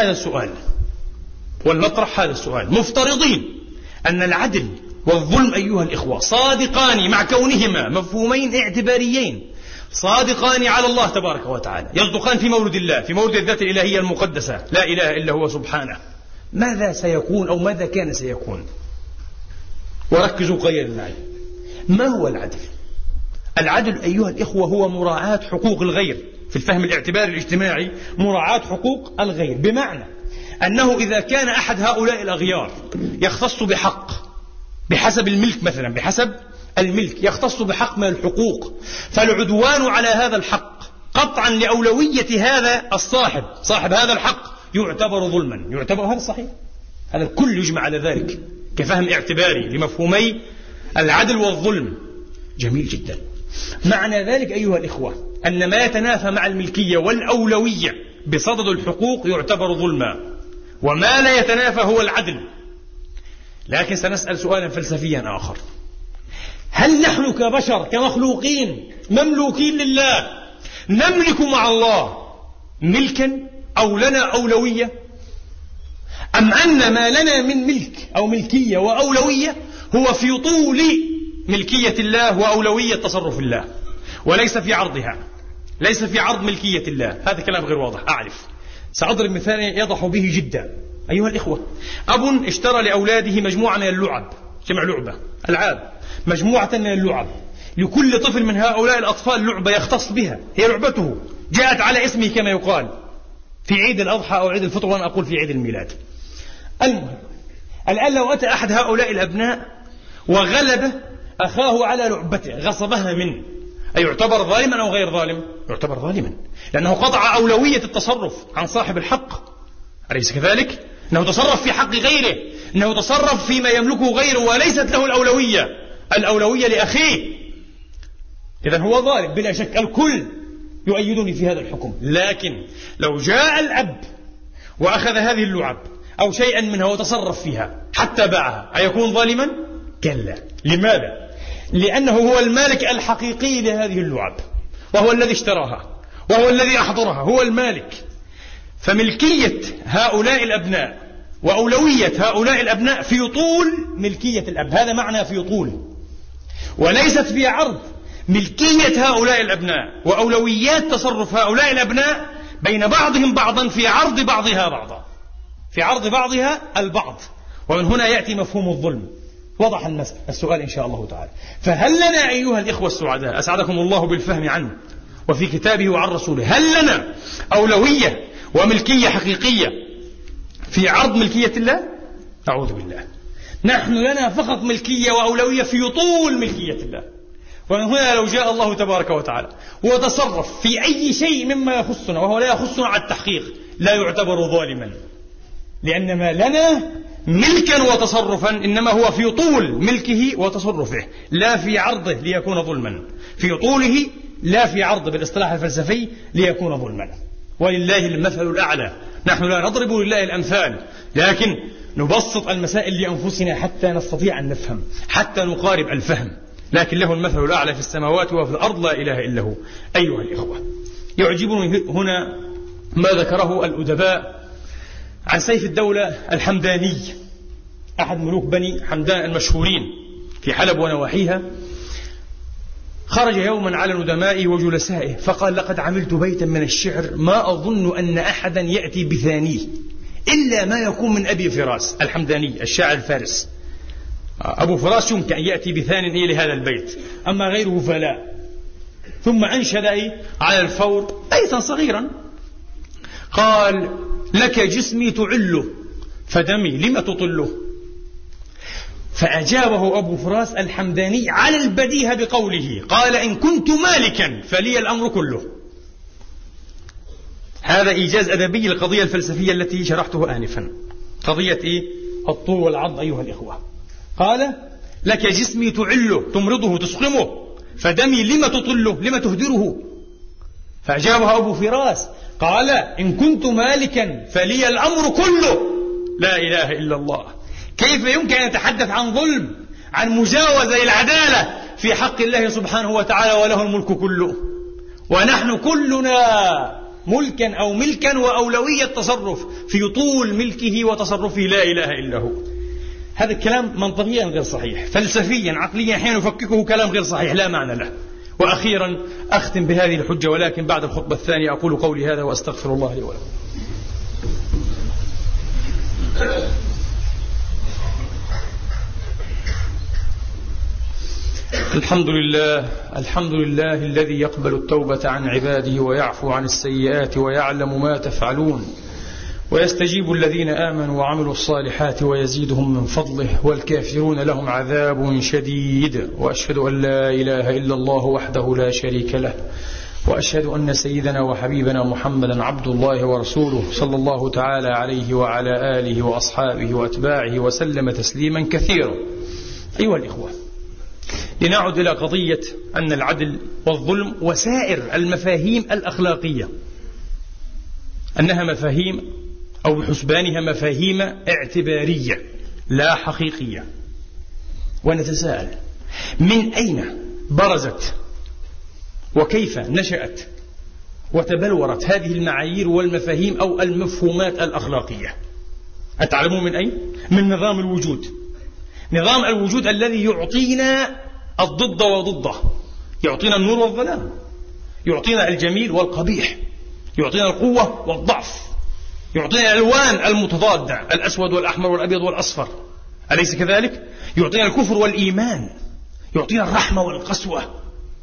هذا السؤال مفترضين أن العدل والظلم أيها الإخوة صادقان مع كونهما مفهومين اعتباريين، صادقان على الله تبارك وتعالى، يصدقان في مورد الله، في مورد الذات الإلهية المقدسة لا إله إلا هو سبحانه. ماذا سيكون أو ماذا كان سيكون؟ وركزوا قليلا معي. ما هو العدل؟ العدل أيها الإخوة هو مراعاة حقوق الغير، في الفهم الاعتباري الاجتماعي مراعاة حقوق الغير، بمعنى أنه إذا كان أحد هؤلاء الأغيار يختص بحق بحسب الملك مثلا، بحسب الملك يختص بحق من الحقوق، فالعدوان على هذا الحق قطعا لأولوية هذا الصاحب، صاحب هذا الحق يعتبر ظلما، يعتبر، هذا صحيح، هذا الكل يجمع على ذلك كفهم اعتباري لمفهومي العدل والظلم. جميل جدا. معنى ذلك أيها الإخوة أن ما يتنافى مع الملكية والأولوية بصدد الحقوق يعتبر ظلما، وما لا يتنافى هو العدل. لكن سنسأل سؤالا فلسفيا آخر: هل نحن كبشر كمخلوقين مملوكين لله نملك مع الله ملكا أو لنا أولوية، أم أن ما لنا من ملك أو ملكية وأولوية هو في طول ملكية الله وأولوية تصرف الله، وليس في عرضها، ليس في عرض ملكية الله؟ هذا كلام غير واضح، أعرف. سأضرب مثال يضح به جدا أيها الإخوة. أب اشترى لأولاده مجموعة من اللعب، جمع لعبة، ألعاب، مجموعة من اللعب، لكل طفل من هؤلاء الأطفال لعبة يختص بها، هي لعبته، جاءت على اسمه كما يقال في عيد الأضحى أو عيد الفطر، وأنا أقول في عيد الميلاد. المهم، الآن لو أتى أحد هؤلاء الأبناء وغلب أخاه على لعبته، غصبها منه، أيعتبر ظالما أو غير ظالم؟ يعتبر ظالما، لأنه قطع أولوية التصرف عن صاحب الحق، أليس كذلك؟ أنه تصرف في حق غيره، أنه تصرف فيما يملكه غيره وليست له الأولوية، الأولوية لأخيه. إذن هو ظالم بلا شك، الكل يؤيدني في هذا الحكم. لكن لو جاء الأب وأخذ هذه اللعب أو شيئا منها وتصرف فيها حتى باعها، أيكون ظالما؟ كلا. لماذا؟ لأنه هو المالك الحقيقي لهذه اللعب، وهو الذي اشتراها، وهو الذي أحضرها، هو المالك. فملكية هؤلاء الأبناء وأولوية هؤلاء الأبناء في طول ملكية الأب، هذا معنى في طول، وليست في عرض ملكية هؤلاء الأبناء وأولويات تصرف هؤلاء الأبناء بين بعضهم بعضا في عرض بعضها بعضا، في عرض بعضها البعض. ومن هنا يأتي مفهوم الظلم. وضح السؤال إن شاء الله تعالى. فهل لنا أيها الإخوة السعداء، أسعدكم الله بالفهم عنه وفي كتابه وعن رسوله، هل لنا أولوية وملكية حقيقية في عرض ملكية الله؟ أعوذ بالله. نحن لنا فقط ملكية وأولوية في طول ملكية الله. ومن هنا لو جاء الله تبارك وتعالى وتصرف في أي شيء مما يخصنا وهو لا يخصنا على التحقيق لا يعتبر ظالما، لأن ما لنا ملكا وتصرفا إنما هو في طول ملكه وتصرفه، لا في عرضه ليكون ظلما، في طوله لا في عرضه بالاصطلاح الفلسفي ليكون ظلما. ولله المثل الأعلى. نحن لا نضرب لله الأمثال، لكن نبسط المسائل لأنفسنا حتى نستطيع أن نفهم، حتى نقارب الفهم. لكن له المثل الأعلى في السماوات وفي الأرض، لا إله إلا هو. أيها الإخوة، يعجبني هنا ما ذكره الأدباء عن سيف الدولة الحمداني، أحد ملوك بني حمدان المشهورين في حلب ونواحيها. خرج يوما على ندمائه وجلسائه فقال: لقد عملت بيتا من الشعر ما أظن أن أحدا يأتي بثانيه إلا ما يكون من أبي فراس الحمداني الشاعر الفارس. أبو فراس يمكن أن يأتي بثان لهذا البيت، أما غيره فلا. ثم أنشد على الفور بيتا صغيرا قال: لك جسمي تعله فدمي لم تطله. فأجابه أبو فراس الحمداني على البديهة بقوله، قال: إن كنت مالكا فلي الأمر كله. هذا إيجاز أدبي للقضية الفلسفية التي شرحته آنفا، قضية الطول والعرض أيها الإخوة. قال: لك جسمي تعله، تمرضه تسقمه، فدمي لم تطله، لم تهدره. فأجابه أبو فراس قال: إن كنت مالكا فلي الأمر كله. لا إله إلا الله. كيف يمكن أن يتحدث عن ظلم، عن مجاوزة العدالة في حق الله سبحانه وتعالى وله الملك كله، ونحن كلنا ملكا أو ملكا وأولوية تصرف في طول ملكه وتصرفه، لا إله إلا هو. هذا الكلام منطقيا غير صحيح، فلسفيا عقليا حين يفككه كلام غير صحيح لا معنى له. وأخيرا أختم بهذه الحجة، ولكن بعد الخطبة الثانية. أقول قولي هذا وأستغفر الله لي ولكم. الحمد لله، الحمد لله الذي يقبل التوبة عن عباده ويعفو عن السيئات ويعلم ما تفعلون، ويستجيب الذين آمنوا وعملوا الصالحات ويزيدهم من فضله والكافرون لهم عذاب شديد. وأشهد أن لا إله إلا الله وحده لا شريك له، وأشهد أن سيدنا وحبيبنا محمدا عبد الله ورسوله صلى الله تعالى عليه وعلى آله وأصحابه وأتباعه وسلم تسليما كثيرا. أيها الإخوة، لنعد إلى قضية أن العدل والظلم وسائر المفاهيم الأخلاقية أنها مفاهيم أو بحسبانها مفاهيم اعتبارية لا حقيقية. ونتساءل من أين برزت وكيف نشأت وتبلورت هذه المعايير والمفاهيم أو المفهومات الأخلاقية؟ أتعلمون من أين؟ من نظام الوجود. نظام الوجود الذي يعطينا الضد وضده، يعطينا النور والظلام، يعطينا الجميل والقبيح، يعطينا القوة والضعف، يعطينا الألوان المتضادة، الأسود والأحمر والأبيض والأصفر، أليس كذلك؟ يعطينا الكفر والإيمان، يعطينا الرحمة والقسوة،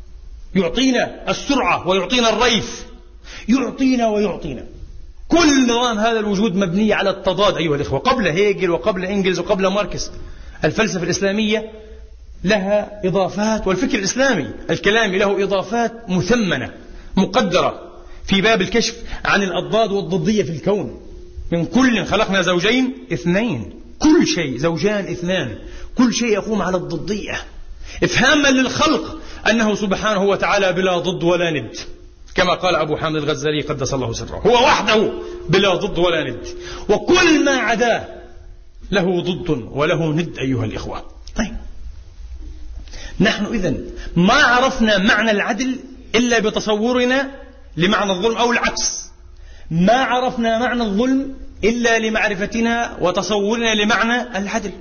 يعطينا السرعة ويعطينا الريف، يعطينا ويعطينا. كل نظام هذا الوجود مبني على التضاد أيها الإخوة. قبل هيجل وقبل إنجلز وقبل ماركس الفلسفة الإسلامية لها إضافات، والفكر الإسلامي الكلامي له إضافات مثمنة مقدرة في باب الكشف عن الأضداد والضدية في الكون. من كل خلقنا زوجين اثنين، كل شيء زوجان اثنان، كل شيء يقوم على الضدية، إفهاما للخلق أنه سبحانه وتعالى بلا ضد ولا ند، كما قال أبو حامد الغزالي قدس الله سره، هو وحده بلا ضد ولا ند، وكل ما عداه له ضد وله ند أيها الإخوة. طيب، نحن إذن ما عرفنا معنى العدل إلا بتصورنا لمعنى الظلم، أو العكس، ما عرفنا معنى الظلم إلا لمعرفتنا وتصورنا لمعنى العدل.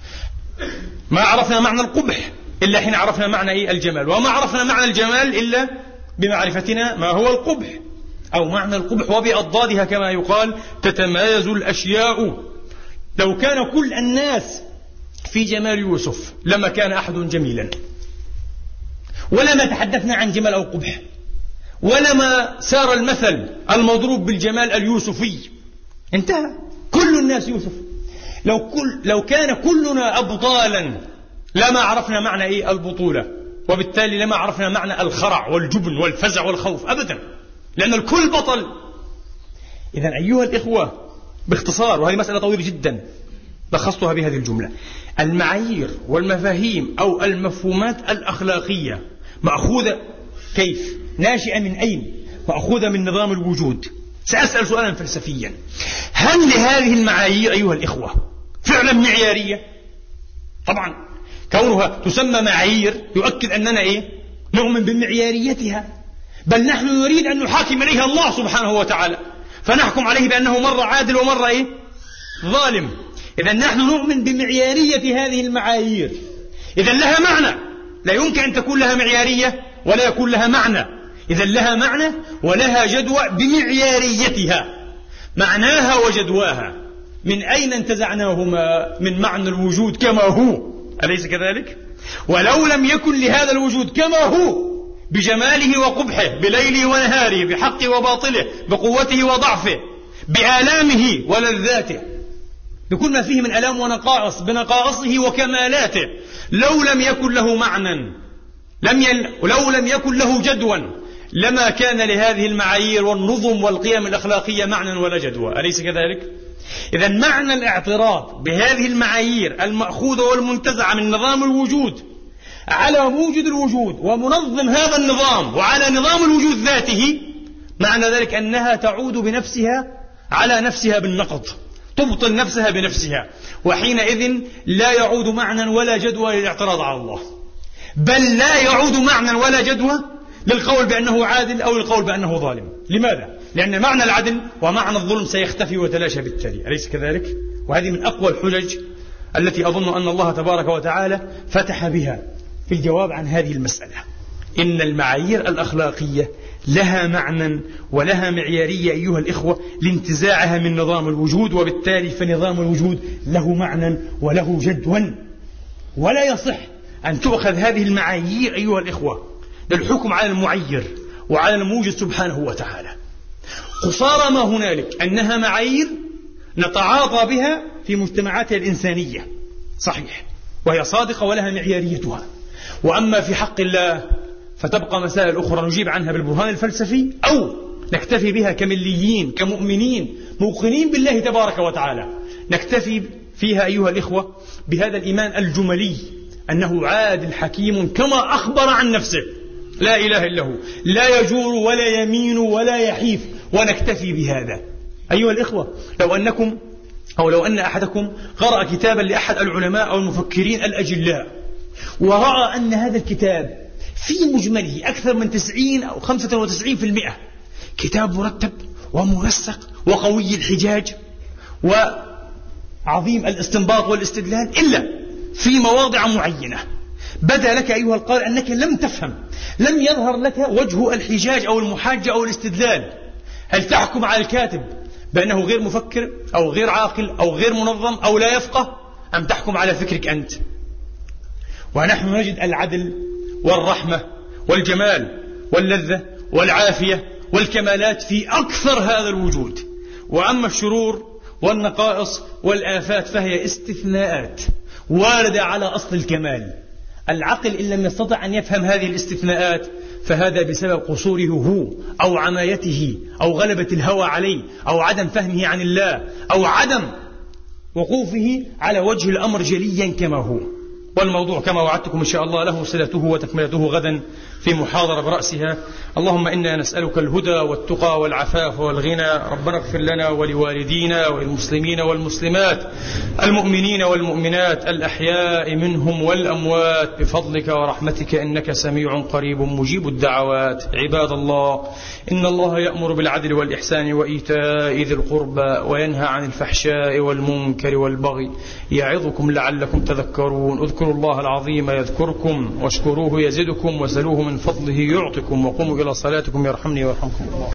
ما عرفنا معنى القبح إلا حين عرفنا معنى الجمال، وما عرفنا معنى الجمال إلا بمعرفتنا ما هو القبح أو معنى القبح، وبأضدادها كما يقال تتمايز الأشياء. لو كان كل الناس في جمال يوسف لما كان أحد جميلا، ولما تحدثنا عن جمال أو قبح، ولما سار المثل المضروب بالجمال اليوسفي، انتهى كل الناس يوسف. لو كان كلنا أبطالا لما عرفنا معنى البطولة، وبالتالي لما عرفنا معنى الخرع والجبن والفزع والخوف أبدا، لأن الكل بطل. إذن أيها الإخوة، باختصار، وهذه مسألة طويلة جدا لخصتها بهذه الجملة، المعايير والمفاهيم أو المفهومات الأخلاقية مأخوذة كيف؟ ناشئة من أين؟ مأخوذة من نظام الوجود. سأسأل سؤالا فلسفيا: هل لهذه المعايير أيها الإخوة فعلا معيارية؟ طبعا كونها تسمى معايير يؤكد أننا نؤمن بمعياريتها، بل نحن نريد أن نحاكم إليها الله سبحانه وتعالى، فنحكم عليه بأنه مرة عادل ومرة ظالم. إذن نحن نؤمن بمعيارية هذه المعايير، إذن لها معنى، لا يمكن أن تكون لها معيارية ولا يكون لها معنى. إذن لها معنى ولها جدوى بمعياريتها. معناها وجدواها من أين انتزعناهما؟ من معنى الوجود كما هو، أليس كذلك؟ ولو لم يكن لهذا الوجود كما هو بجماله وقبحه، بليله ونهاره، بحقه وباطله، بقوته وضعفه، بآلامه ولذاته، بكل ما فيه من ألام ونقائص، بنقائصه وكمالاته، لو لم يكن له معنى، لو لم يكن له جدوى، لما كان لهذه المعايير والنظم والقيم الأخلاقية معنى ولا جدوى، أليس كذلك؟ إذن معنى الاعتراض بهذه المعايير المأخوذة والمنتزعة من نظام الوجود على موجد الوجود ومنظم هذا النظام وعلى نظام الوجود ذاته، معنى ذلك أنها تعود بنفسها على نفسها بالنقض، تبطل نفسها بنفسها، وحينئذ لا يعود معنى ولا جدوى للاعتراض على الله، بل لا يعود معنى ولا جدوى للقول بأنه عادل أو للقول بأنه ظالم. لماذا؟ لأن معنى العدل ومعنى الظلم سيختفي وتلاشى بالتالي، أليس كذلك؟ وهذه من أقوى الحجج التي أظن أن الله تبارك وتعالى فتح بها في الجواب عن هذه المسألة. إن المعايير الأخلاقية لها معنى ولها معيارية أيها الإخوة لانتزاعها من نظام الوجود، وبالتالي فنظام الوجود له معنى وله جدوى، ولا يصح أن تؤخذ هذه المعايير أيها الإخوة للحكم على المعير وعلى الموجد سبحانه وتعالى. قصارى ما هنالك أنها معايير نتعاطى بها في مجتمعاتها الإنسانية، صحيح، وهي صادقة ولها معياريتها. وأما في حق الله فتبقى مسائل أخرى نجيب عنها بالبرهان الفلسفي، أو نكتفي بها كمليين كمؤمنين موقنين بالله تبارك وتعالى، نكتفي فيها أيها الإخوة بهذا الإيمان الجملي أنه عادل حكيم كما أخبر عن نفسه، لا إله إلا هو، لا يجور ولا يمين ولا يحيف، ونكتفي بهذا. أيها الإخوة، لو أن أحدكم قرأ كتابا لأحد العلماء أو المفكرين الأجلاء ورأى أن هذا الكتاب في مجمله أكثر من 90 أو 95% كتاب مرتب ومنسق وقوي الحجاج وعظيم الاستنباط والاستدلال، إلا في مواضع معينة بدا لك أيها القارئ أنك لم تفهم، لم يظهر لك وجه الحجاج أو المحاجة أو الاستدلال. هل تحكم على الكاتب بأنه غير مفكر أو غير عاقل أو غير منظم أو لا يفقه، أم تحكم على فكرك أنت؟ ونحن نجد العدل والرحمة والجمال واللذة والعافية والكمالات في أكثر هذا الوجود. وأما الشرور والنقائص والآفات فهي استثناءات واردة على أصل الكمال. العقل إن لم يستطع أن يفهم هذه الاستثناءات فهذا بسبب قصوره هو أو عمايته أو غلبة الهوى عليه أو عدم فهمه عن الله أو عدم وقوفه على وجه الأمر جليا كما هو. والموضوع كما وعدتكم إن شاء الله له صلته وتكملته غدا في محاضرة برأسها. اللهم إنا نسألك الهدى والتقى والعفاف والغنى. ربنا اغفر لنا ولوالدينا والمسلمين والمسلمات المؤمنين والمؤمنات الأحياء منهم والأموات بفضلك ورحمتك إنك سميع قريب مجيب الدعوات. عباد الله، إن الله يأمر بالعدل والإحسان وإيتاء ذي القربى وينهى عن الفحشاء والمنكر والبغي يعظكم لعلكم تذكرون. اذكروا الله العظيم يذكركم واشكروه يزدكم وسلوه من فضله يعطكم وقوموا إلى صلاتكم يرحمني ويرحمكم الله.